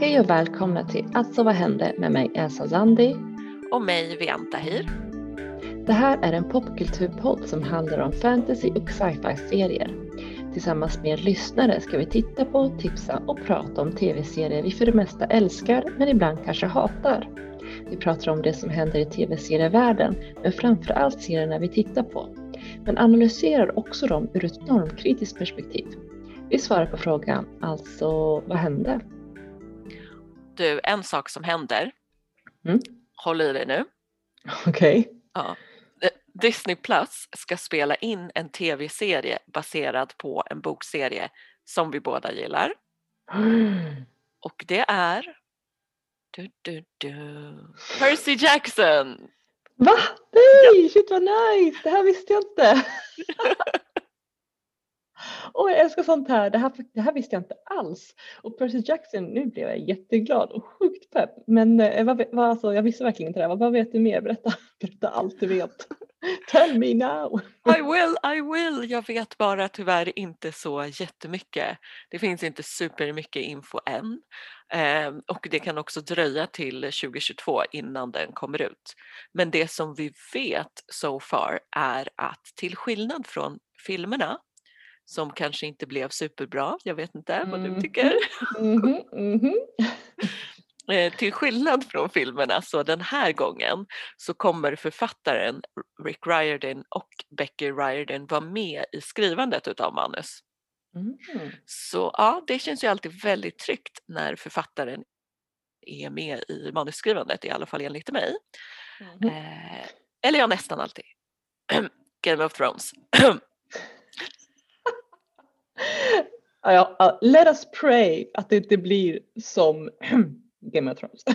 Hej och välkomna till Alltså vad hände med mig Elsa Zandi. Och mig Vian Tahir. Det här är en popkulturpodd som handlar om fantasy och sci-fi-serier. Tillsammans med er lyssnare ska vi titta på, tipsa och prata om tv-serier vi för det mesta älskar men ibland kanske hatar. Vi pratar om det som händer i tv-serievärlden men framförallt serierna vi tittar på. Men analyserar också dem ur ett normkritiskt perspektiv. Vi svarar på frågan, alltså vad hände? Du, en sak som händer. Håll i dig nu. Okej. Ja. Disney Plus ska spela in en tv-serie baserad på en bokserie som vi båda gillar. Och det är Percy Jackson. Va? Nej, shit vad nice! Det här visste jag inte. Åh, jag älskar sånt här. Det här visste jag inte alls. Och Percy Jackson, nu blev jag jätteglad och sjukt pepp. Men alltså, jag visste verkligen inte det. Vad vet du mer? Berätta allt du vet. Tell me now. I will. Jag vet bara tyvärr inte så jättemycket. Det finns inte supermycket info än. Och det kan också dröja till 2022 innan den kommer ut. Men det som vi vet so far är att till skillnad från filmerna som kanske inte blev superbra, jag vet inte vad du tycker. Till skillnad från filmerna så den här gången så kommer författaren Rick Riordan och Becky Riordan vara med i skrivandet utav manus. Så ja, det känns ju alltid väldigt tryggt när författaren är med i manusskrivandet, i alla fall enligt mig. Eller ja, nästan alltid. Game of Thrones. Ja, let us pray att det inte blir som Game of Thrones.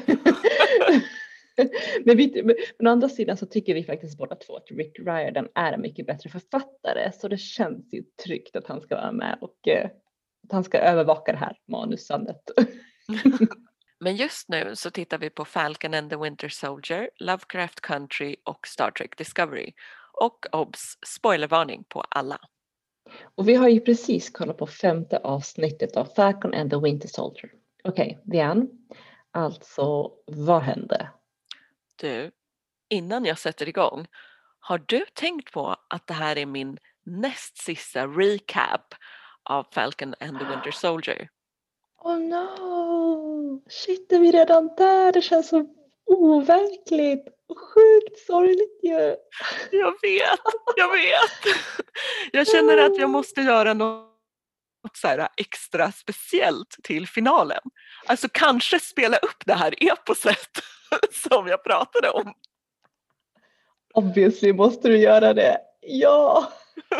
Men å andra sidan så tycker vi faktiskt båda två att Rick Riordan är en mycket bättre författare. Så det känns ju tryggt att han ska vara med och att han ska övervaka det här manusandet. Men just nu så tittar vi på Falcon and the Winter Soldier, Lovecraft Country och Star Trek Discovery. Och obs, spoilervarning på alla. Och vi har ju precis kollat på 5:e avsnittet av Falcon and the Winter Soldier. Okej, Diane. Alltså, vad hände? Du, innan jag sätter igång, har du tänkt på att det här är min näst sista recap av Falcon and the Winter Soldier? Oh no! Shit, är vi redan där? Det känns så overkligt och sjukt sorgligt ju. Jag vet. Jag känner att jag måste göra något så här extra speciellt till finalen. Alltså kanske spela upp det här eposet som jag pratade om. Obviously måste du göra det. Ja!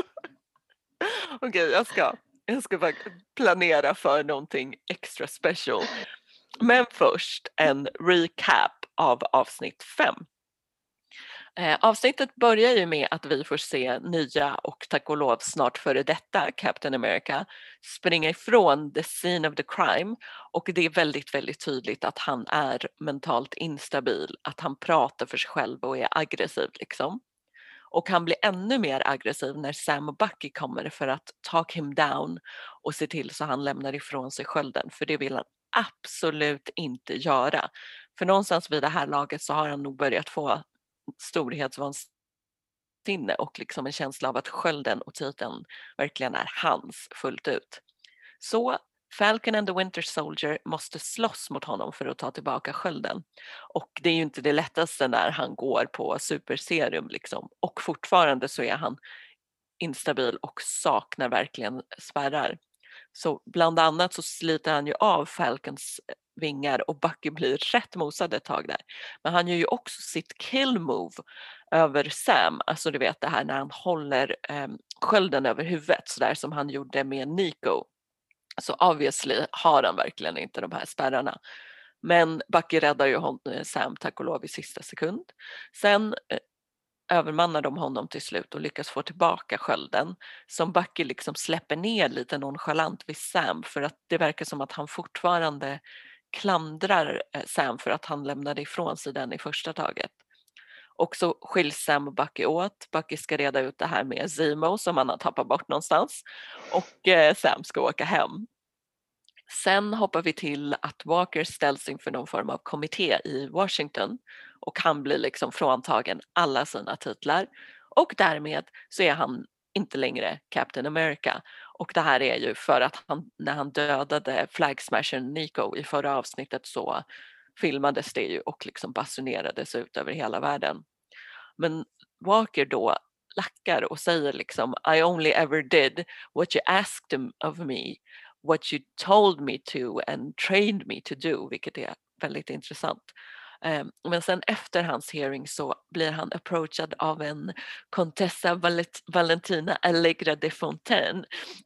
Okej, jag ska bara planera för någonting extra special. Men först en recap av avsnitt 5. Avsnittet börjar ju med att vi får se nya och tack och lov snart före detta Captain America springa ifrån the scene of the crime, och det är väldigt, väldigt tydligt att han är mentalt instabil, att han pratar för sig själv och är aggressiv liksom. Och han blir ännu mer aggressiv när Sam och Bucky kommer för att talk him down och se till så han lämnar ifrån sig skölden, för det vill han absolut inte göra. För någonstans vid det här laget så har han nog börjat få storhetsvansinne och liksom en känsla av att skölden och titeln verkligen är hans fullt ut. Så Falcon and the Winter Soldier måste slåss mot honom för att ta tillbaka skölden. Och det är ju inte det lättaste när han går på superserum liksom. Och fortfarande så är han instabil och saknar verkligen spärrar. Så bland annat så sliter han ju av Falcons vingar och Bucky blir rätt mosad ett tag där. Men han gör ju också sitt kill move över Sam. Alltså du vet det här när han håller skölden över huvudet så där som han gjorde med Nico. Så obviously har han verkligen inte de här spärrarna. Men Bucky räddar ju Sam tack och lov i sista sekund. Sen övermannar de honom till slut och lyckas få tillbaka skölden som Bucky liksom släpper ner lite nonchalant vid Sam, för att det verkar som att han fortfarande klandrar Sam för att han lämnade ifrån sig den i första taget. Och så skiljs Sam och Bucky åt. Bucky ska reda ut det här med Zemo som han har tappat bort någonstans och Sam ska åka hem. Sen hoppar vi till att Walker ställs inför någon form av kommitté i Washington och han blir liksom fråntagen alla sina titlar och därmed så är han inte längre Captain America. Och det här är ju för att när han dödade Flag Smasher Nico i förra avsnittet så filmades det ju och liksom basunerades ut över hela världen. Men Walker då lackar och säger liksom I only ever did what you asked of me, what you told me to and trained me to do, vilket är väldigt intressant. Men sen efter hans hearing så blir han approachad av en Contessa Valentina Allegra de Fontaine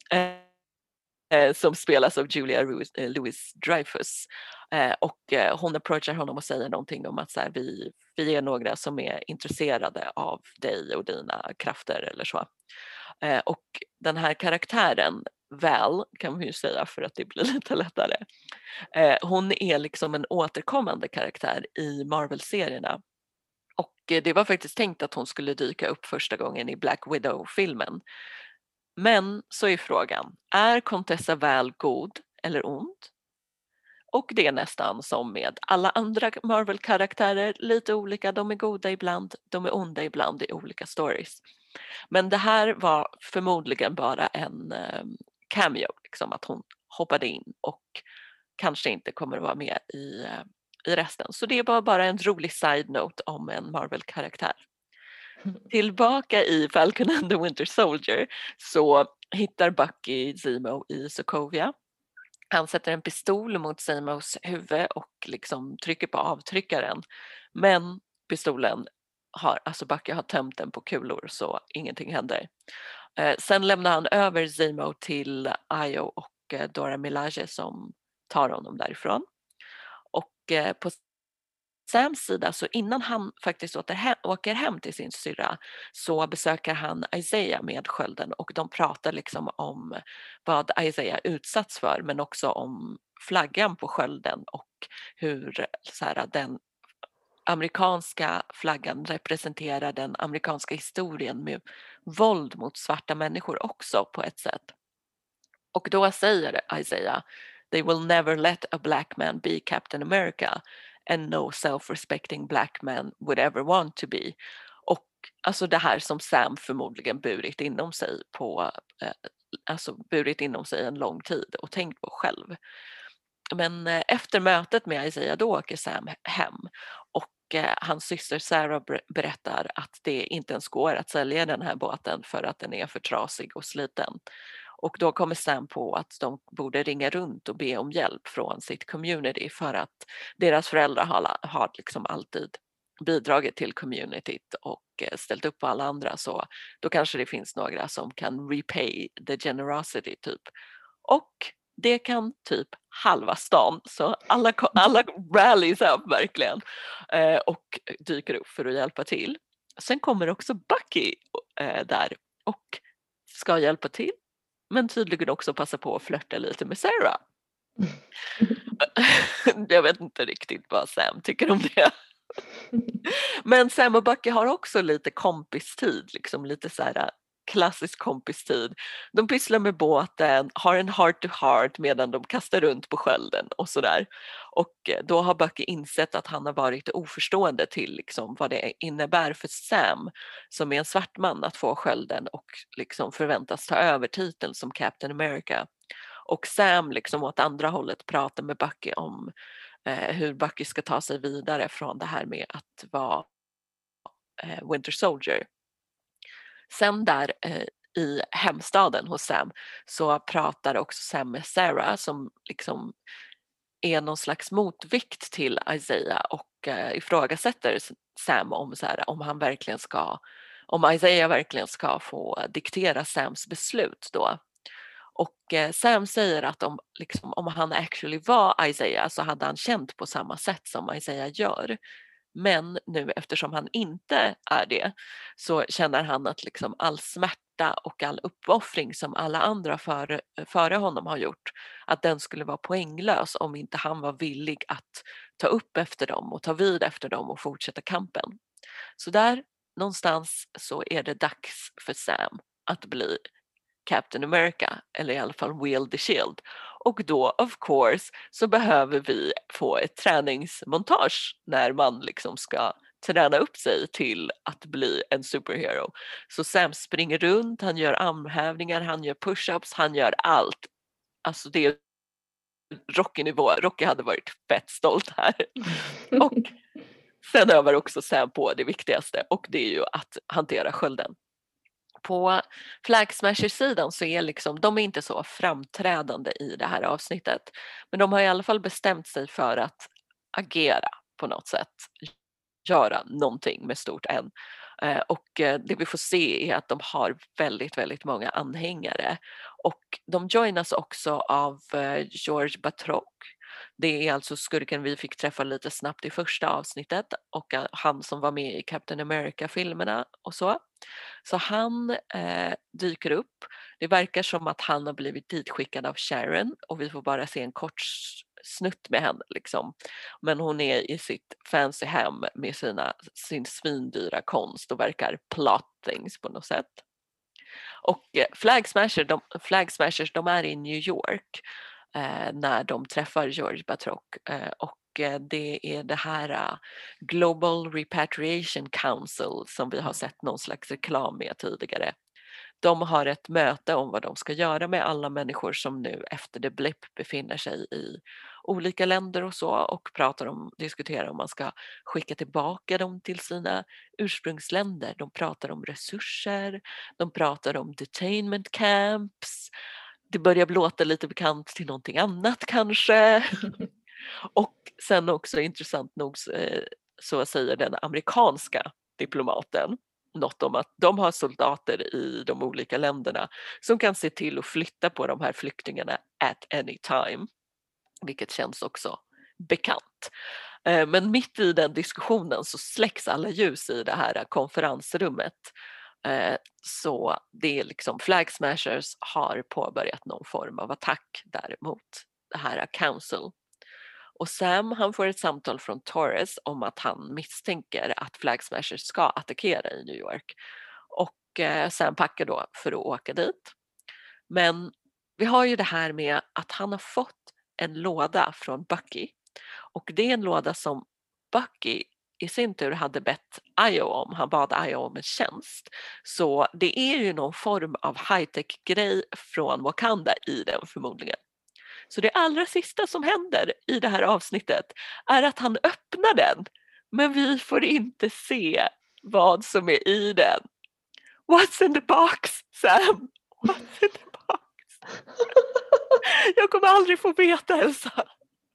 som spelas av Julia Louis-Dreyfus. Och hon approachar honom och säger någonting om att så här, vi är några som är intresserade av dig och dina krafter eller så. Och den här karaktären, Val kan man ju säga för att det blir lite lättare. Hon är liksom en återkommande karaktär i Marvel-serierna. Och det var faktiskt tänkt att hon skulle dyka upp första gången i Black Widow-filmen. Men så är frågan, är Contessa Val god eller ond? Och det är nästan som med alla andra Marvel-karaktärer, lite olika, de är goda ibland, de är onda ibland i olika stories. Men det här var förmodligen bara en cameo, liksom att hon hoppade in och kanske inte kommer att vara med i resten. Så det var bara en rolig side-note om en Marvel-karaktär. Tillbaka i Falcon and the Winter Soldier så hittar Bucky Zemo i Sokovia. Han sätter en pistol mot Zemos huvud och liksom trycker på avtryckaren. Men pistolen alltså Bucky har tömt den på kulor så ingenting händer. Sen lämnar han över Zemo till Io och Dora Milaje som tar honom därifrån. Och på Sams sida så innan han faktiskt åker hem till sin syrra så besöker han Isaiah med skölden och de pratar liksom om vad Isaiah utsatts för men också om flaggan på skölden och hur så här, den amerikanska flaggan representerar den amerikanska historien med våld mot svarta människor också på ett sätt. Och då säger Isaiah, they will never let a black man be Captain America and no self-respecting black man would ever want to be. Och alltså det här som Sam förmodligen burit inom sig en lång tid och tänkt på själv. Men efter mötet med Isaiah då åker Sam hem och hans syster Sarah berättar att det inte ens går att sälja den här båten för att den är för trasig och sliten. Och då kommer Sam på att de borde ringa runt och be om hjälp från sitt community för att deras föräldrar har liksom alltid bidragit till communityt och ställt upp på alla andra så då kanske det finns några som kan repay the generosity typ. Och det kan typ halva stan så alla rallies up verkligen och dyker upp för att hjälpa till. Sen kommer också Bucky där och ska hjälpa till men tydligen också passa på att flirta lite med Sarah. Jag vet inte riktigt vad Sam tycker om det. Men Sam och Bucky har också lite kompistid, liksom lite så här klassisk kompistid. De pysslar med båten, har en heart to heart medan de kastar runt på skölden och sådär. Och då har Bucky insett att han har varit oförstående till liksom vad det innebär för Sam som är en svart man att få skölden och liksom förväntas ta över titeln som Captain America. Och Sam liksom åt andra hållet pratar med Bucky om hur Bucky ska ta sig vidare från det här med att vara Winter Soldier. Sen där i hemstaden hos Sam så pratar också Sam med Sarah som liksom är någon slags motvikt till Isaiah och ifrågasätter Sam om så här, om Isaiah verkligen ska få diktera Sams beslut då. Och Sam säger att om han actually var Isaiah så hade han känt på samma sätt som Isaiah gör. Men nu eftersom han inte är det så känner han att liksom all smärta och all uppoffring som alla andra före honom har gjort att den skulle vara poänglös om inte han var villig att ta upp efter dem och ta vid efter dem och fortsätta kampen. Så där någonstans så är det dags för Sam att bli Captain America, eller i alla fall wield the shield. Och då of course så behöver vi få ett träningsmontage när man liksom ska träna upp sig till att bli en superhero. Så Sam springer runt, han gör armhävningar, han gör push-ups, han gör allt. Alltså det är Rocky-nivå. Rocky hade varit fett stolt här. Och sen övar också Sam på det viktigaste, och det är ju att hantera skölden. På Flag Smashers-sidan så är liksom, de är inte så framträdande i det här avsnittet. Men de har i alla fall bestämt sig för att agera på något sätt. Göra någonting med stort N. Och det vi får se är att de har väldigt, väldigt många anhängare. Och de joinas också av George Batroc. Det är alltså skurken vi fick träffa lite snabbt i första avsnittet, och han som var med i Captain America-filmerna och så. Så han dyker upp. Det verkar som att han har blivit ditskickad av Sharon, och vi får bara se en kort snutt med henne liksom. Men hon är i sitt fancy hem med sin svindyra konst och verkar plot things på något sätt. Och Flag Smashers, de är i New York när de träffar George Batroc, och det är det här Global Repatriation Council som vi har sett någon slags reklam med tidigare. De har ett möte om vad de ska göra med alla människor som nu efter The Blip befinner sig i olika länder och så, och diskuterar om man ska skicka tillbaka dem till sina ursprungsländer. De pratar om resurser, de pratar om detainment camps. Det börjar låta lite bekant till någonting annat kanske. Och sen också intressant nog så säger den amerikanska diplomaten något om att de har soldater i de olika länderna som kan se till att flytta på de här flyktingarna at any time. Vilket känns också bekant. Men mitt i den diskussionen så släcks alla ljus i det här konferensrummet. Så det är liksom Flag Smashers har påbörjat någon form av attack däremot det här council. Och Sam, han får ett samtal från Torres om att han misstänker att Flag Smashers ska attackera i New York. Och Sam packar då för att åka dit. Men vi har ju det här med att han har fått en låda från Bucky. Och det är en låda som Bucky i sin tur hade bett Io om. Han bad Io om en tjänst. Så det är ju någon form av high-tech-grej från Wakanda i den förmodligen. Så det allra sista som händer i det här avsnittet är att han öppnar den. Men vi får inte se vad som är i den. What's in the box, Sam? What's in the box? Jag kommer aldrig få veta, Elsa.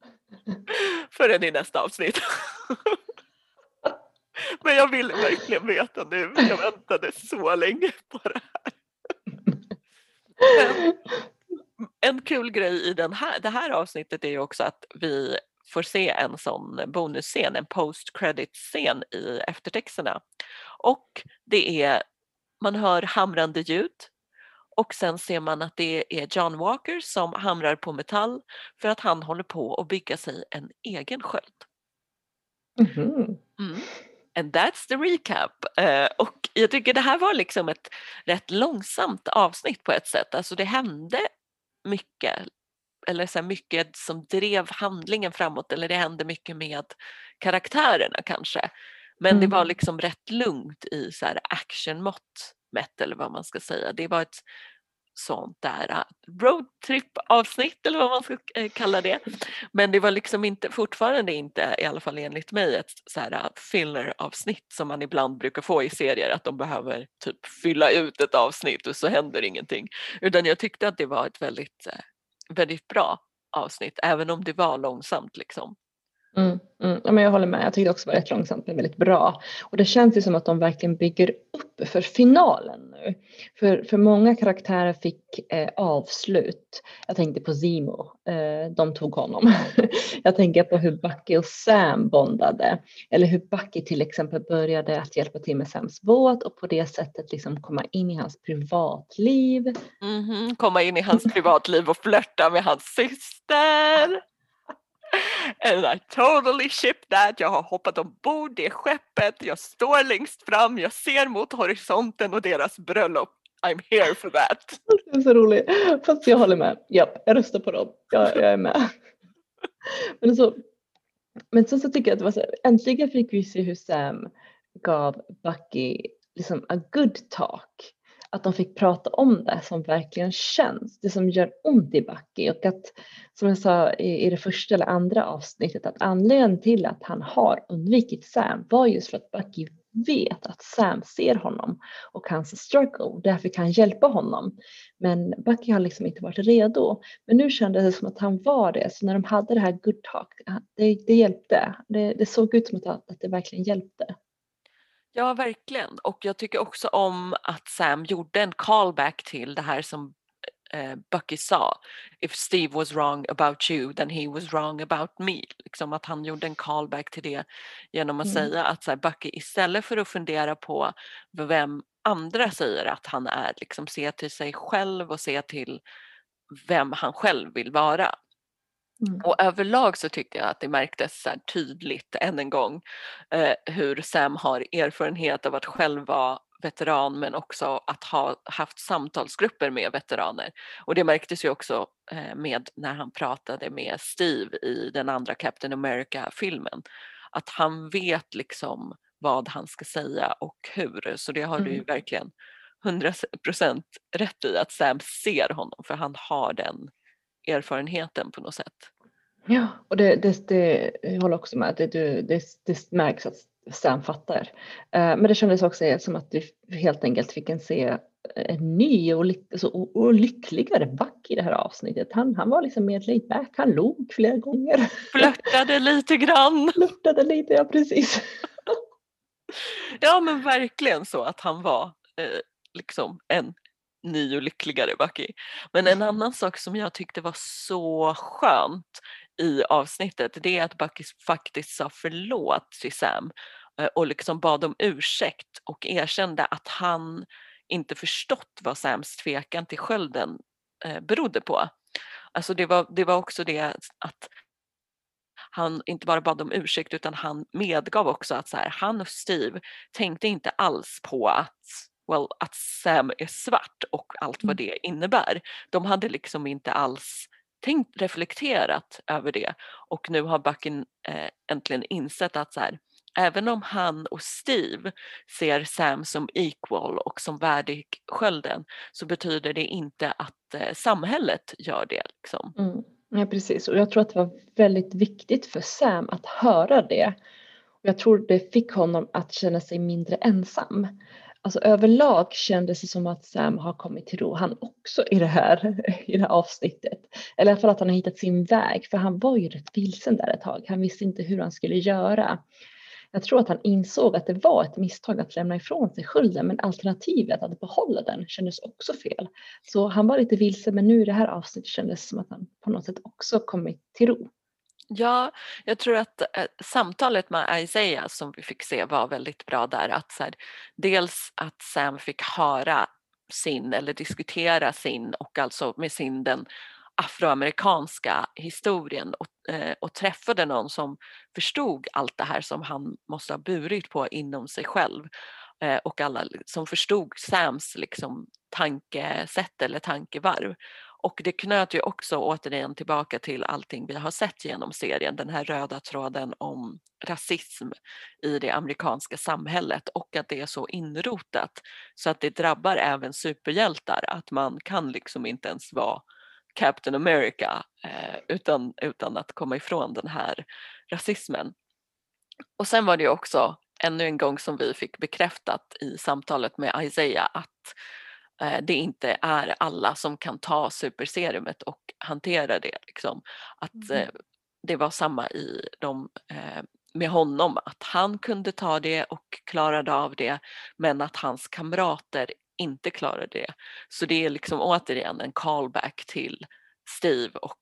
Förrän i nästa avsnitt. Men jag vill verkligen veta nu. Jag väntade så länge på det här. En kul grej i det här avsnittet är ju också att vi får se en sån bonusscen, en post-credit-scen i eftertexterna. Och man hör hamrande ljud. Och sen ser man att det är John Walker som hamrar på metall för att han håller på att bygga sig en egen sköld. Mm-hmm. And that's the recap. Och jag tycker det här var liksom ett rätt långsamt avsnitt på ett sätt. Alltså det hände mycket, eller så här mycket som drev handlingen framåt, eller det hände mycket med karaktärerna kanske. Men det var liksom rätt lugnt i så här actionmått mätt, eller vad man ska säga. Det var ett sånt där roadtrip-avsnitt eller vad man ska kalla det. Men det var liksom fortfarande inte, i alla fall enligt mig, ett så här filler-avsnitt som man ibland brukar få i serier, att de behöver typ fylla ut ett avsnitt och så händer ingenting. Utan jag tyckte att det var ett väldigt, väldigt bra avsnitt, även om det var långsamt liksom. Ja, men jag håller med. Jag tyckte också det var rätt långsamt men väldigt bra. Och det känns ju som att de verkligen bygger upp för finalen nu. För många karaktärer fick avslut. Jag tänkte på Zemo. De tog honom. Jag tänker på hur Bucky och Sam bondade. Eller hur Bucky till exempel började att hjälpa till med Sams båt. Och på det sättet liksom komma in i hans privatliv. Komma in i hans privatliv och flörta med hans syster. And I totally ship that. Jag har hoppat ombord det skeppet. Jag står längst fram. Jag ser mot horisonten och deras bröllop. I'm here for that. Det är så roligt. Fast jag håller med. Japp, jag röstar på dem. Jag är med. Men så tycker jag att det var så här, äntligen fick vi se hur Sam gav Bucky liksom a good talk. Att de fick prata om det som verkligen känns. Det som gör ont i Bucky. Och att, som jag sa i det första eller andra avsnittet, att anledningen till att han har undvikit Sam var just för att Bucky vet att Sam ser honom och hans struggle. Därför kan han hjälpa honom. Men Bucky har liksom inte varit redo. Men nu kändes det som att han var det. Så när de hade det här good talk, det hjälpte. Det såg ut som att det verkligen hjälpte. Ja, verkligen. Och jag tycker också om att Sam gjorde en callback till det här som Bucky sa. If Steve was wrong about you, then he was wrong about me. Liksom att han gjorde en callback till det genom att säga att så här, Bucky, istället för att fundera på vem andra säger att han är, liksom se till sig själv och se till vem han själv vill vara. Och överlag så tycker jag att det märktes så här tydligt än en gång hur Sam har erfarenhet av att själv vara veteran, men också att ha haft samtalsgrupper med veteraner. Och det märktes ju också med när han pratade med Steve i den andra Captain America-filmen. Att han vet liksom vad han ska säga och hur. Så det har du ju verkligen 100% rätt i, att Sam ser honom, för han har den erfarenheten på något sätt. Ja, och jag håller också med. Det märks att Sam fattar. Men det kändes också som att vi helt enkelt fick se en ny och lyckligare Bucky i det här avsnittet. Han var liksom mer laid back. Han log flera gånger. Flörtade lite grann. Flörtade lite, ja precis. Ja, men verkligen så att han var liksom en ny och lyckligare Bucky. Men en annan sak som jag tyckte var så skönt i avsnittet, det är att Bucky faktiskt sa förlåt till Sam och liksom bad om ursäkt och erkände att han inte förstått vad Sams tvekan till skölden berodde på. Alltså det var också det att han inte bara bad om ursäkt, utan han medgav också att så här, han och Steve tänkte inte alls på att Sam är svart och allt vad det innebär. De hade liksom inte alls reflekterat över det, och nu har Bucky äntligen insett att så här, även om han och Steve ser Sam som equal och som värdig skölden, så betyder det inte att samhället gör det liksom. Ja, precis. Och jag tror att det var väldigt viktigt för Sam att höra det. Jag tror det fick honom att känna sig mindre ensam. Alltså överlag kändes det som att Sam har kommit till ro. Han också i det här avsnittet. Eller i alla fall att han har hittat sin väg. För han var ju rätt vilsen där ett tag. Han visste inte hur han skulle göra. Jag tror att han insåg att det var ett misstag att lämna ifrån sig skölden. Men alternativet att behålla den kändes också fel. Så han var lite vilsen, men nu i det här avsnittet kändes det som att han på något sätt också kommit till ro. Ja, jag tror att samtalet med Isaiah som vi fick se var väldigt bra där. Att så här, dels att Sam fick höra sin, eller diskutera sin, och alltså med sin den afroamerikanska historien, och träffade någon som förstod allt det här som han måste ha burit på inom sig själv, och alla som förstod Sams liksom tankesätt eller tankevarv. Och det knöt ju också återigen tillbaka till allting vi har sett genom serien, den här röda tråden om rasism i det amerikanska samhället, och att det är så inrotat så att det drabbar även superhjältar, att man kan liksom inte ens vara Captain America utan att komma ifrån den här rasismen. Och sen var det ju också ännu en gång som vi fick bekräftat i samtalet med Isaiah att det inte är alla som kan ta superserumet och hantera det. Liksom. Att det var samma med honom, att han kunde ta det och klarade av det, men att hans kamrater inte klarade det. Så det är liksom återigen en callback till Steve, och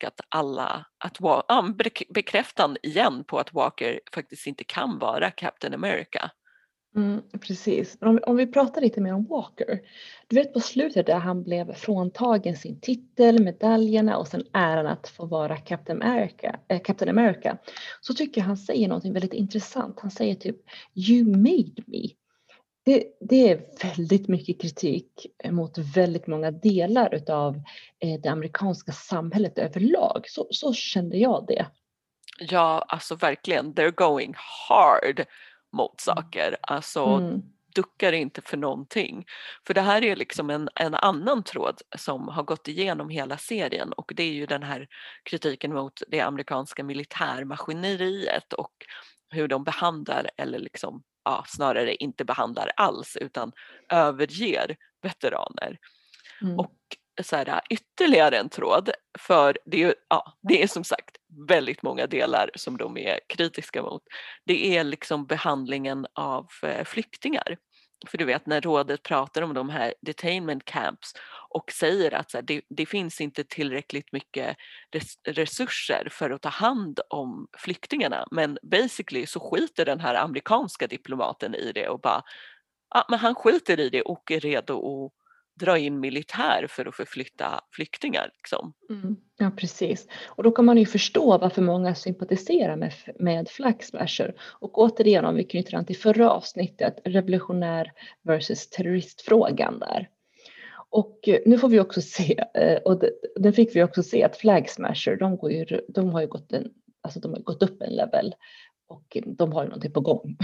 bekräftan igen på att Walker faktiskt inte kan vara Captain America. Precis. Om vi pratar lite mer om Walker. Du vet på slutet där han blev fråntagen sin titel, medaljerna och sen äran att få vara Captain America. Så tycker jag han säger någonting väldigt intressant. Han säger typ "You made me". Det är väldigt mycket kritik mot väldigt många delar utav det amerikanska samhället överlag. Så kände jag det. Ja, alltså verkligen. They're going hard mot saker. Alltså duckar inte för någonting. För det här är liksom en annan tråd som har gått igenom hela serien och det är ju den här kritiken mot det amerikanska militärmaskineriet och hur de behandlar eller liksom, ja, snarare inte behandlar alls utan överger veteraner. Och så här, ytterligare en tråd, för det är som sagt väldigt många delar som de är kritiska mot. Det är liksom behandlingen av flyktingar. För du vet när rådet pratar om de här detainment camps och säger att så här, det finns inte tillräckligt mycket resurser för att ta hand om flyktingarna. Men basically så skiter den här amerikanska diplomaten i det och bara, men han skiter i det och är redo att dra in militär för att förflytta flyktingar. Liksom. Ja, precis. Och då kan man ju förstå varför många sympatiserar med Flag Smasher. Och återigen, om vi knyter an till förra avsnittet, revolutionär versus terroristfrågan där. Och nu får vi också se, och det fick vi också se att Flag Smasher, de har gått upp en level och de har ju någonting på gång.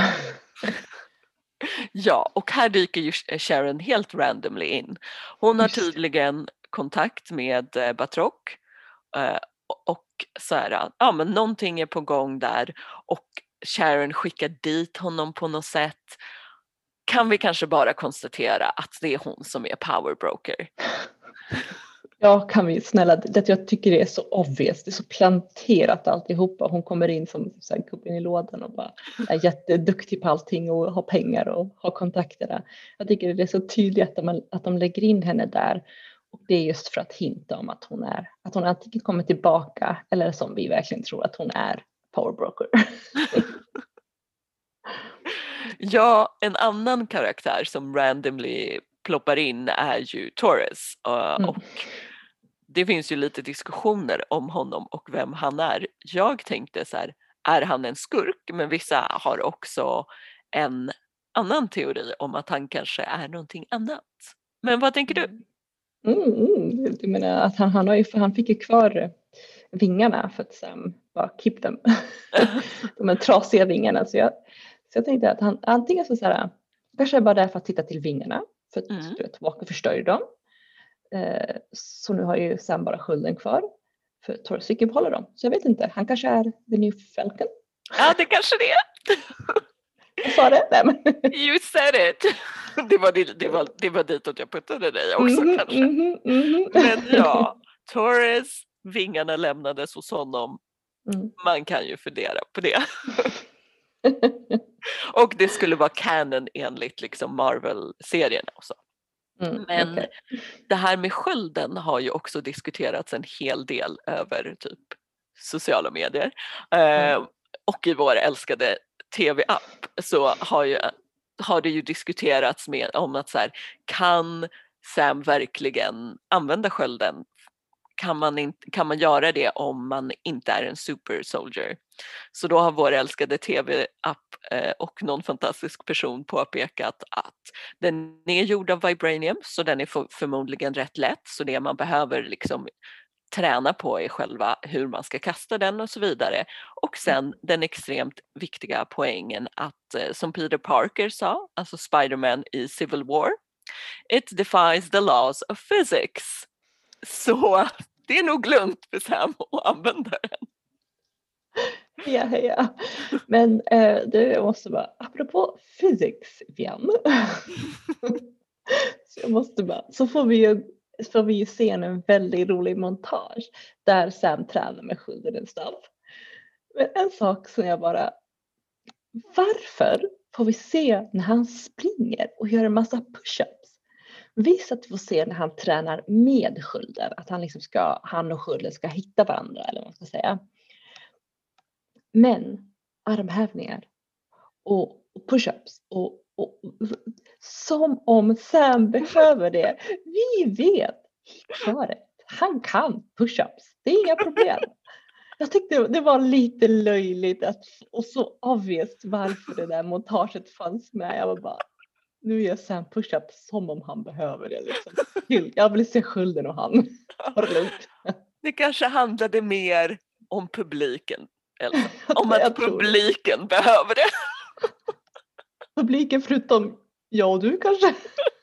Ja, och här dyker ju Sharon helt randomly in. Hon har tydligen kontakt med Batroc och så här, men någonting är på gång där och Sharon skickar dit honom på något sätt. Kan vi kanske bara konstatera att det är hon som är powerbroker? Ja, kan vi snälla, det jag tycker det är så obvious, det är så planterat alltihopa. Hon kommer in som gubben i lådan och bara är jätteduktig på allting och har pengar och har kontakter där. Jag tycker det är så tydligt att de lägger in henne där. Och det är just för att hinta om att hon antingen kommer tillbaka eller som vi verkligen tror att hon är powerbroker. Ja, en annan karaktär som randomly ploppar in är ju Torres och det finns ju lite diskussioner om honom och vem han är. Jag tänkte så här, är han en skurk? Men vissa har också en annan teori om att han kanske är någonting annat. Men vad tänker du? Du menar att han fick ju kvar vingarna för att bara keep them. De här trasiga vingarna. Så jag tänkte att han antingen så här, kanske är bara där för att titta till vingarna. För att Walker förstör dem. Så nu har ju Sam bara skölden kvar. För Torres fick ju behålla dem. Så jag vet inte, han kanske är the new Falcon. Ja, det kanske det är. Jag sa det? Nej, men. You said it. Det var ditåt jag puttade dig också kanske. Men ja, Torres, vingarna lämnades hos honom. Man kan ju fundera på det. Och det skulle vara canon enligt liksom Marvel-serien också. Men det här med skölden har ju också diskuterats en hel del över typ sociala medier. Och i vår älskade tv-app så har det ju diskuterats om att så här, kan Sam verkligen använda skölden? Kan man göra det om man inte är en super soldier? Så då har vår älskade tv-app och någon fantastisk person påpekat att den är gjord av vibranium så den är förmodligen rätt lätt, så det man behöver liksom träna på är själva hur man ska kasta den och så vidare. Och sen den extremt viktiga poängen att som Peter Parker sa, alltså Spider-Man i Civil War, it defies the laws of physics. Så det är nog lugnt för Sam att använda den. Ja. Men det måste vara, apropå physics igen. Så får vi ju se en väldigt rolig montage där Sam tränar med skölden och stav. Men en sak som jag bara, varför får vi se när han springer och gör en massa push-ups? Visst att vi får se när han tränar med skölden, att han och skölden ska hitta varandra eller vad man ska säga. Men armhävningar och push-ups och som om Sam behöver det. Vi vet svaret. Han kan push-ups. Det är inga problem. Jag tyckte det var lite löjligt och så obvious varför det där montaget fanns med. Jag var bara, Nu gör Sam push-up som om han behöver det. Liksom. Jag vill se skulden och han. Ta det lugnt. Det kanske handlade mer om publiken. Elsa. Om att publiken behöver det. Publiken förutom jag och du kanske.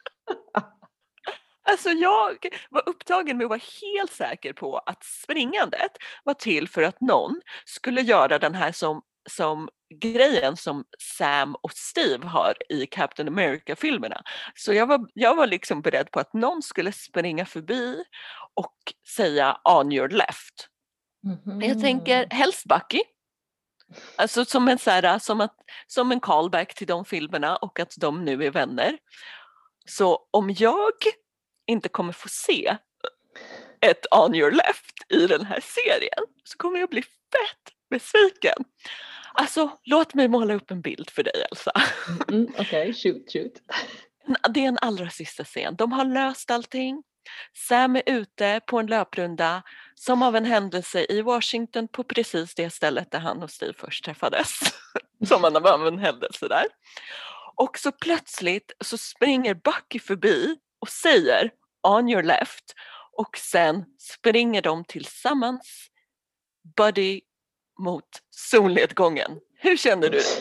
Alltså jag var upptagen med att vara helt säker på att springandet var till för att någon skulle göra den här som grejen som Sam och Steve har i Captain America-filmerna. Så jag var liksom beredd på att någon skulle springa förbi och säga on your left. Mm-hmm. Jag tänker helst Bucky. Alltså som en callback till de filmerna och att de nu är vänner. Så om jag inte kommer få se ett on your left i den här serien så kommer jag bli fett besviken. Alltså, låt mig måla upp en bild för dig, Elsa. Okej, shoot. Det är en allra sista scen. De har löst allting. Sam är ute på en löprunda som av en händelse i Washington på precis det stället där han och Steve först träffades. Som av en händelse där. Och så plötsligt så springer Bucky förbi och säger on your left och sen springer de tillsammans buddy mot solnedgången. Hur känner du?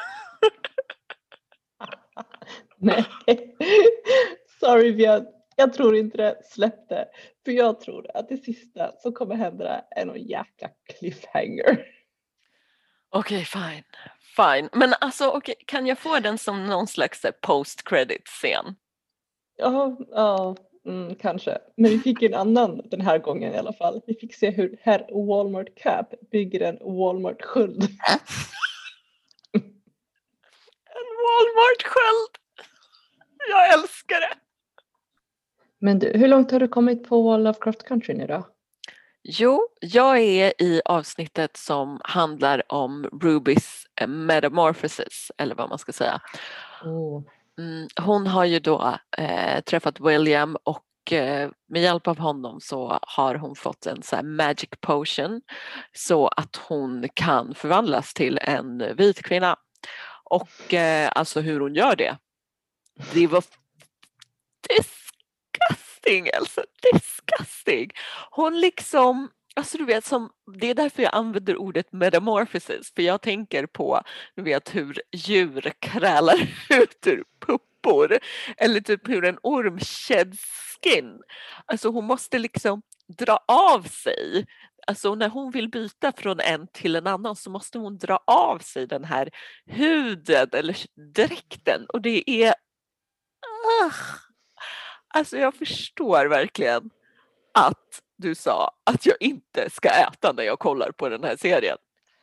Nej, sorry Björn. Jag tror inte det släppte. För jag tror att det sista som kommer hända är någon jäkla cliffhanger. Okej, fine. Men alltså, kan jag få den som någon slags post-credit-scen? Ja, kanske. Men vi fick en annan den här gången i alla fall. Vi fick se hur herr Walmart Cap bygger en Walmart-sköld. En Walmart-sköld! Jag älskar det! Men du, hur långt har du kommit på Lovecraft Country nu då? Jo, jag är i avsnittet som handlar om Rubys metamorphosis, eller vad man ska säga. Hon har ju då träffat William och med hjälp av honom så har hon fått en så här magic potion så att hon kan förvandlas till en vit kvinna. Och alltså hur hon gör det. Det var disgusting, Elsa. Disgusting. Hon liksom, alltså du vet, det är därför jag använder ordet metamorphosis. För jag tänker på, du vet, hur djur krälar ut ur puppor. Eller typ hur en orm sheds skin. Alltså hon måste liksom dra av sig. Alltså när hon vill byta från en till en annan så måste hon dra av sig den här huden eller dräkten. Och det är... Alltså jag förstår verkligen att du sa att jag inte ska äta när jag kollar på den här serien.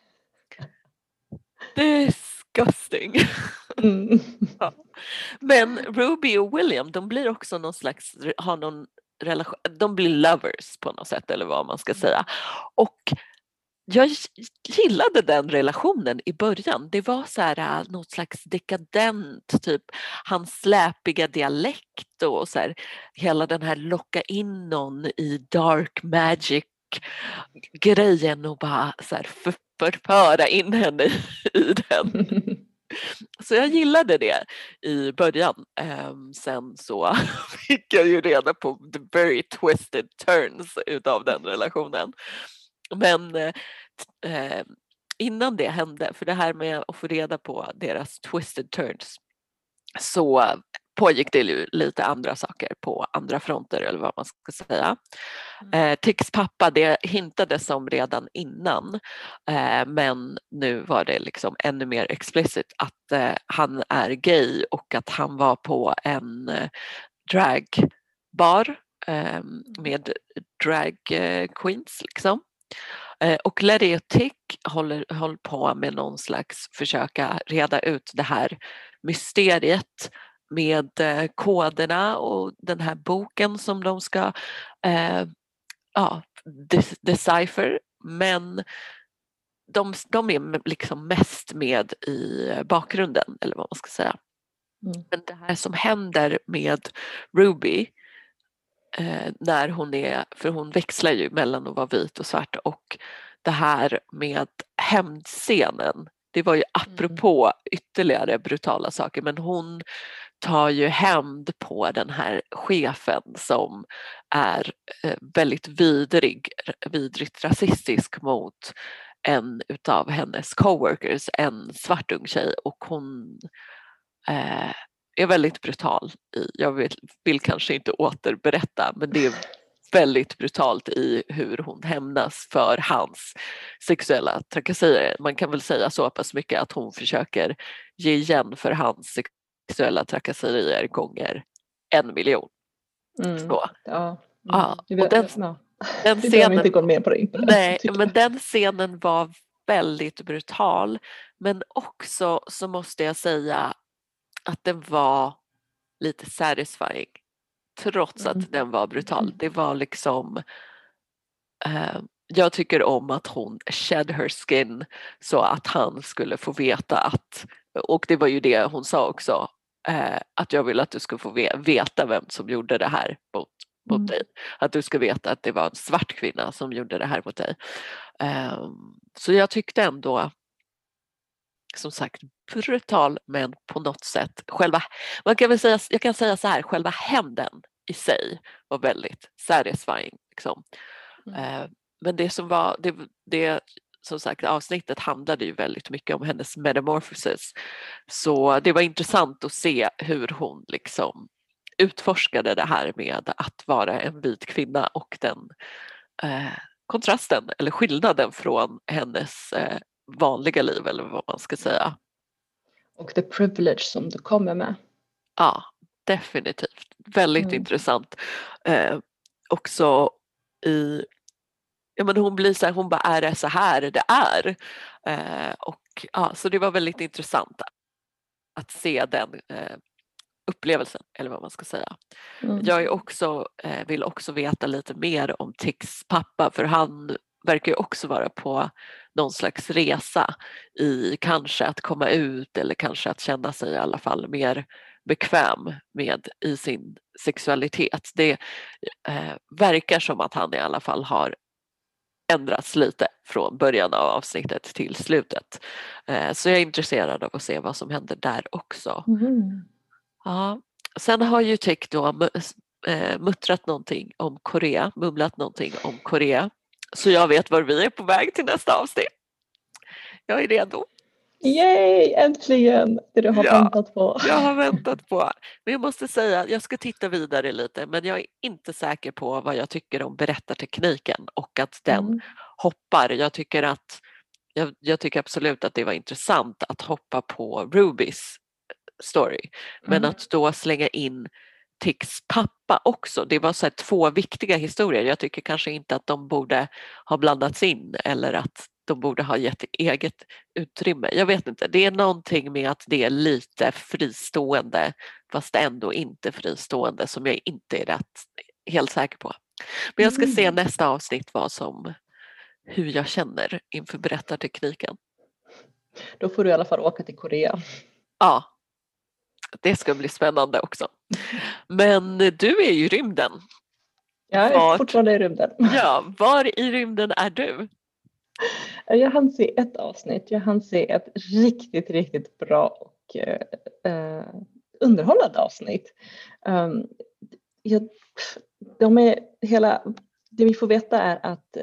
Disgusting. Ja. Men Ruby och William, de blir också någon slags, har någon relation, de blir lovers på något sätt eller vad man ska säga. Och jag gillade den relationen i början. Det var så här något slags dekadent, typ hans släpiga dialekt och så här, hela den här locka in någon i dark magic grejen och bara så här förföra in henne i den. Så jag gillade det i början. Sen så fick jag ju reda på the very twisted turns utav den relationen. Men innan det hände, för det här med att få reda på deras twisted turns, så pågick det ju lite andra saker på andra fronter eller vad man ska säga. Ticks pappa, det hintades om redan innan, men nu var det liksom ännu mer explicit att han är gay och att han var på en dragbar med drag queens liksom. Och Letty och Tick håller på med någon slags försöka reda ut det här mysteriet med koderna och den här boken som de ska decipher, men de är liksom mest med i bakgrunden eller vad man ska säga. Men det här som händer med Ruby när hon är, för hon växlar ju mellan att vara vit och svart, och det här med hämndscenen, det var ju apropå ytterligare brutala saker, men hon tar ju hämnd på den här chefen som är väldigt vidrigt rasistisk mot en utav hennes coworkers, en svart ung tjej, och hon är väldigt brutal. Jag vill kanske inte återberätta, men det är väldigt brutalt i hur hon hämnas för hans sexuella trakasserier. Man kan väl säga så pass mycket att hon försöker ge igen för hans sexuella trakasserier gånger 1 miljon. Så. Ja. Ja. Och den vi scenen, inte gå med på det. nej, men den scenen var väldigt brutal, men också så måste jag säga att den var lite satisfying trots att den var brutal. Det var liksom jag tycker om att hon shed her skin så att han skulle få veta att, och det var ju det hon sa också, att jag vill att du ska få veta vem som gjorde det här mot dig. Att du ska veta att det var en svart kvinna som gjorde det här mot dig. Så jag tyckte ändå, som sagt, brutal, men på något sätt jag kan säga så här, själva hämnden i sig var väldigt satisfying liksom. Men det som var det som sagt, avsnittet handlade ju väldigt mycket om hennes metamorphosis, så det var intressant att se hur hon liksom utforskade det här med att vara en vit kvinna och den kontrasten eller skillnaden från hennes vanliga liv, eller vad man ska säga. Och the privilege som du kommer med. Ja, definitivt. Väldigt intressant. Också hon blir så här, hon bara, är det så här det är? Och ja, så det var väldigt intressant att se den upplevelsen, eller vad man ska säga. Jag är också, vill också veta lite mer om Ticks pappa, för han verkar ju också vara på någon slags resa i kanske att komma ut, eller kanske att känna sig i alla fall mer bekväm i sin sexualitet. Det verkar som att han i alla fall har ändrats lite från början av avsnittet till slutet. Så jag är intresserad av att se vad som händer där också. Ja. Sen har ju Tick då mumlat någonting om Korea. Så jag vet var vi är på väg till nästa avsnitt. Jag är redo. Yay, äntligen! Det du har väntat på. Jag har väntat på. Men jag måste säga, jag ska titta vidare lite, men jag är inte säker på vad jag tycker om berättartekniken och att den hoppar. Jag tycker absolut att det var intressant att hoppa på Rubys story, men att då slänga in Ticks pappa också. Det var så här 2 viktiga historier. Jag tycker kanske inte att de borde ha blandats in, eller att de borde ha gett eget utrymme. Jag vet inte, det är någonting med att det är lite fristående fast ändå inte fristående som jag inte är helt säker på. Men jag ska se nästa avsnitt hur jag känner inför berättartekniken. Då får du i alla fall åka till Korea. Ja, det ska bli spännande också. Men du är ju i rymden. Jag är fortfarande i rymden. Ja, var i rymden är du? Jag hann se ett avsnitt. Jag hann se ett riktigt, riktigt bra och underhållande avsnitt. Det vi får veta är att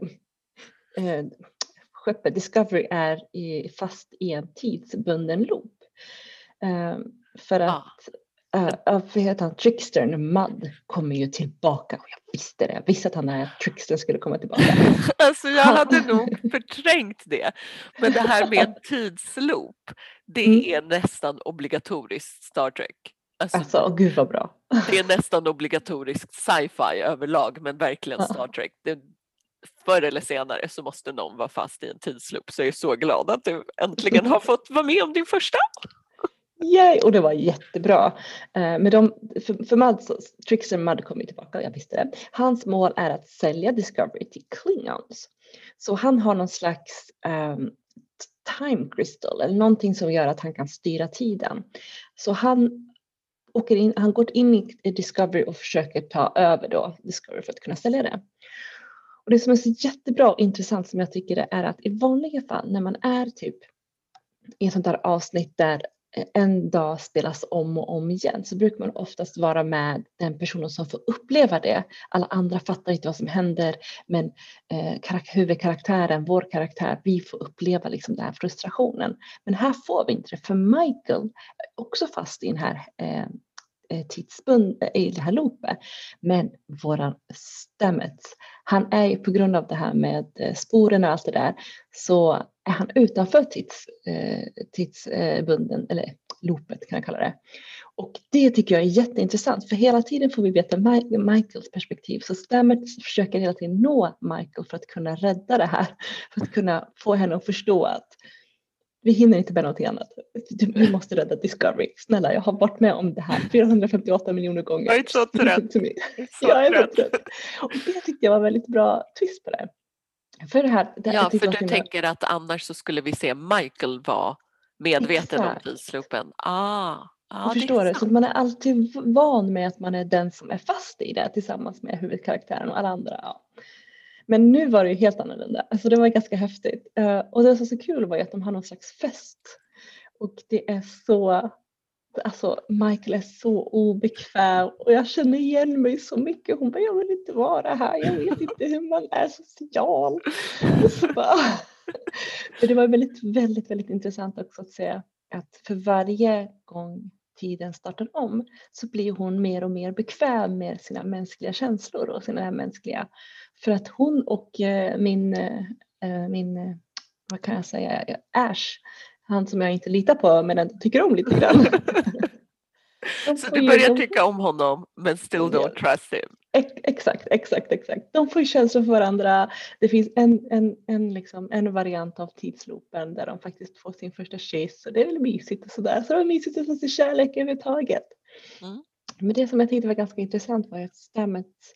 skeppet Discovery är fast i en tidsbunden loop. För att trickstern Mudd kommer ju tillbaka. Och jag visste det. Jag visste att trickstern skulle komma tillbaka. Alltså jag hade nog förträngt det. Men det här med en tidsloop, det är nästan obligatoriskt Star Trek. Alltså gud vad bra. Det är nästan obligatoriskt sci-fi överlag, men verkligen Star Trek. Förr eller senare så måste någon vara fast i en tidsloop. Så jag är så glad att du äntligen har fått vara med om din första. Yay! Och det var jättebra. Trickster Mudd kommer tillbaka, jag visste det. Hans mål är att sälja Discovery till Klingons. Så han har någon slags time crystal eller någonting som gör att han kan styra tiden. Så han går in i Discovery och försöker ta över då Discovery för att kunna sälja det. Och det som är så jättebra och intressant som jag tycker det är att i vanliga fall när man är typ i ett sånt där avsnitt där en dag spelas om och om igen, så brukar man oftast vara med den personen som får uppleva det. Alla andra fattar inte vad som händer, men huvudkaraktären, vår karaktär, vi får uppleva liksom den här frustrationen. Men här får vi inte det, för Michael är också fast i den här i det här loopet. Men våran Stamets, han är ju på grund av det här med sporerna och allt det där, så är han utanför tidsbunden, eller loopet kan jag kalla det. Och det tycker jag är jätteintressant, för hela tiden får vi veta Michaels perspektiv. Så Stamets försöker hela tiden nå Michael för att kunna rädda det här, för att kunna få henne att förstå att vi hinner inte med någonting annat. Vi måste rädda Discovery. Snälla, jag har varit med om det här 458 miljoner gånger. Jag är så trött. Jag är så trött. Och det tyckte jag var väldigt bra twist på det. För det här, för du tänker att annars så skulle vi se Michael vara medveten om tidsloopen. Jag förstår det. Så man är alltid van med att man är den som är fast i det tillsammans med huvudkaraktären och alla andra. Ja. Men nu var det ju helt annorlunda. Alltså det var ganska häftigt. Och det som var så kul var ju att de har någon slags fest. Och det är så... Alltså Michael är så obekväm. Och jag känner igen mig så mycket. Hon bara, jag vill inte vara här. Jag vet inte hur man är social. Och så bara... För det var väldigt, väldigt, väldigt intressant också att se att för varje gång tiden startar om så blir hon mer och mer bekväm med sina mänskliga känslor och sina mänskliga, för att hon och min vad kan jag säga, Ash, han som jag inte litar på men ändå tycker om lite grann. Så du börjar tycka om honom men still don't trust him. Exakt. De får ju känslor för varandra. Det finns en variant av tidsloopen där de faktiskt får sin första kyss. Och det är väl mysigt och sådär. Så det är mysigt att få se kärlek överhuvudtaget. Men det som jag tyckte var ganska intressant var att Stamets,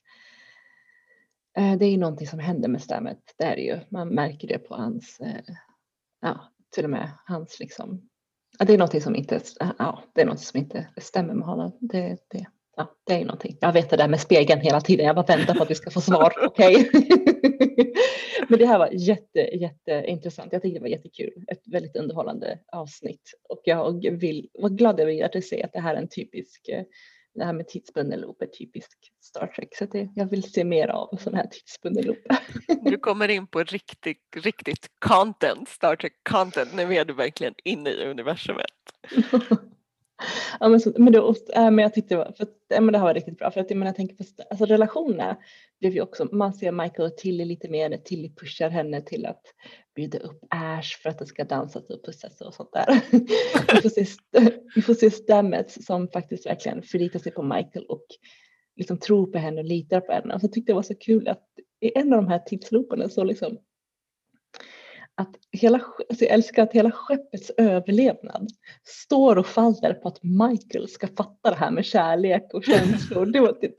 det är ju någonting som händer med Stamets. Det är det ju. Man märker det på hans, till och med hans liksom. Det är någonting som inte, det är något som inte stämmer med honom. Det är någonting. Jag vet det där med spegeln hela tiden. Jag bara väntar på att vi ska få svar. Okej. Men det här var jätteintressant. Jag tyckte det var jättekul. Ett väldigt underhållande avsnitt. Och jag var glad över att se att det här är en typisk, det här med tidsbunden loop är typisk Star Trek. Så jag vill se mer av sån här tidsbunden loop. Du kommer in på riktigt content, Star Trek content. Nu är du verkligen inne i universumet. Ja, men jag tyckte det här var riktigt bra, för att jag tänker på alltså relationerna blev ju också, man ser Michael och Tilly lite mer, Tilly pushar henne till att bjuda upp Ash för att det ska dansas och pussas och sånt där. vi får se Stamets som faktiskt verkligen förlitar sig på Michael och liksom tror på henne och litar på henne. Och så tyckte jag var så kul att i en av de här tidslooperna så liksom att jag älskar att hela skeppets överlevnad står och faller på att Michael ska fatta det här med kärlek och känslor.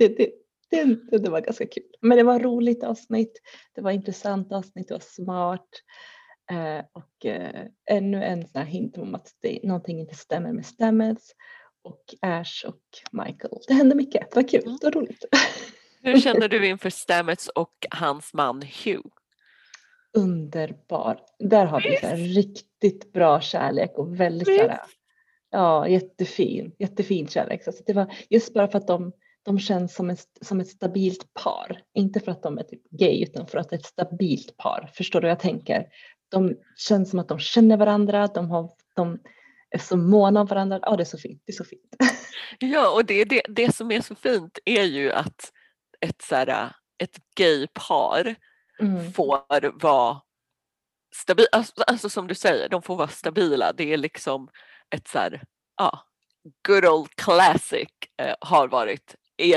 Det var ganska kul. Men det var roligt avsnitt. Det var intressant avsnitt. Det var smart. Och ännu en sån här hint om att någonting inte stämmer med Stamets och Ash och Michael. Det hände mycket. Det var kul. Det var roligt. Hur känner du inför Stamets och hans man Hugh? Underbar. Där har vi så här riktigt bra kärlek och väldigt så här, jättefin kärlek. Så det var just bara för att de känns som ett stabilt par. Inte för att de är typ gay, utan för att det är ett stabilt par. Förstår du vad jag tänker? De känns som att de känner varandra. De är så måna om varandra. Ja, det är så fint. Det är så fint. Ja, och det som är så fint är ju att ett gay par får vara stabila, alltså som du säger, de får vara stabila. Det är liksom ett good old classic har varit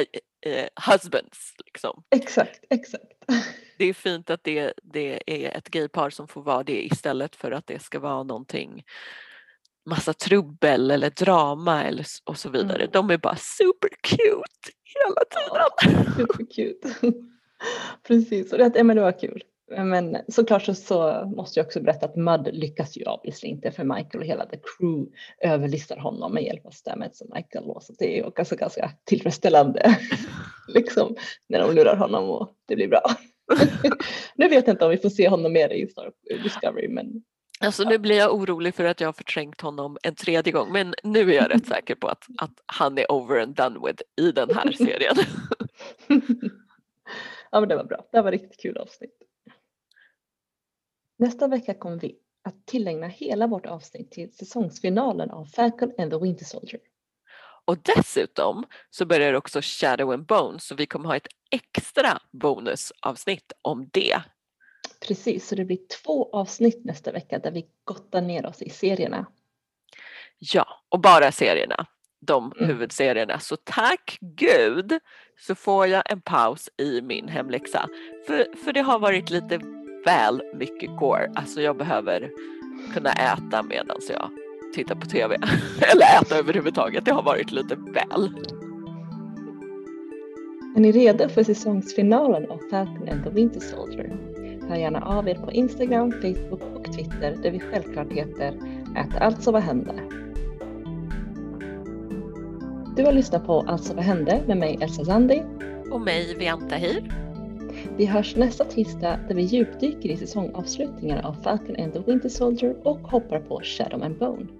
husbands liksom. Exakt. Det är fint att det är ett gaypar som får vara det istället för att det ska vara någonting, massa trubbel eller drama och så vidare. De är bara super cute hela tiden. Super cute. Precis, och det var kul. Men såklart så måste jag också berätta att Mudd lyckas ju obviously inte, för Michael och hela the crew överlistar honom med hjälp av Stamets och Michael. Så det är ju också ganska tillfredsställande liksom, när de lurar honom och det blir bra. Nu vet jag inte om vi får se honom mer i Star Discovery, men Alltså nu blir jag orolig för att jag har förträngt honom en tredje gång. Men nu är jag rätt säker på att han är over and done with i den här serien. Ja, men det var bra. Det var riktigt kul avsnitt. Nästa vecka kommer vi att tillägna hela vårt avsnitt till säsongsfinalen av Falcon and the Winter Soldier. Och dessutom så börjar också Shadow and Bone, så vi kommer ha ett extra bonusavsnitt om det. Precis, så det blir 2 avsnitt nästa vecka där vi gottar ner oss i serierna. Ja, och bara serierna, de huvudserierna. Så tack Gud så får jag en paus i min hemläxa. För det har varit lite väl mycket gore. Alltså jag behöver kunna äta medan jag tittar på tv. Eller äta överhuvudtaget. Det har varit lite väl. Är ni redo för säsongsfinalen av Falcon and the Winter Soldier? Hör gärna av er på Instagram, Facebook och Twitter där vi självklart heter @alltså vad hände. Du har lyssnat på Alltså vad hände med mig Elsa Zandi. Och mig Vian Tahir. Vi hörs nästa tisdag där vi djupdyker i säsongavslutningar av Falcon and the Winter Soldier och hoppar på Shadow and Bone.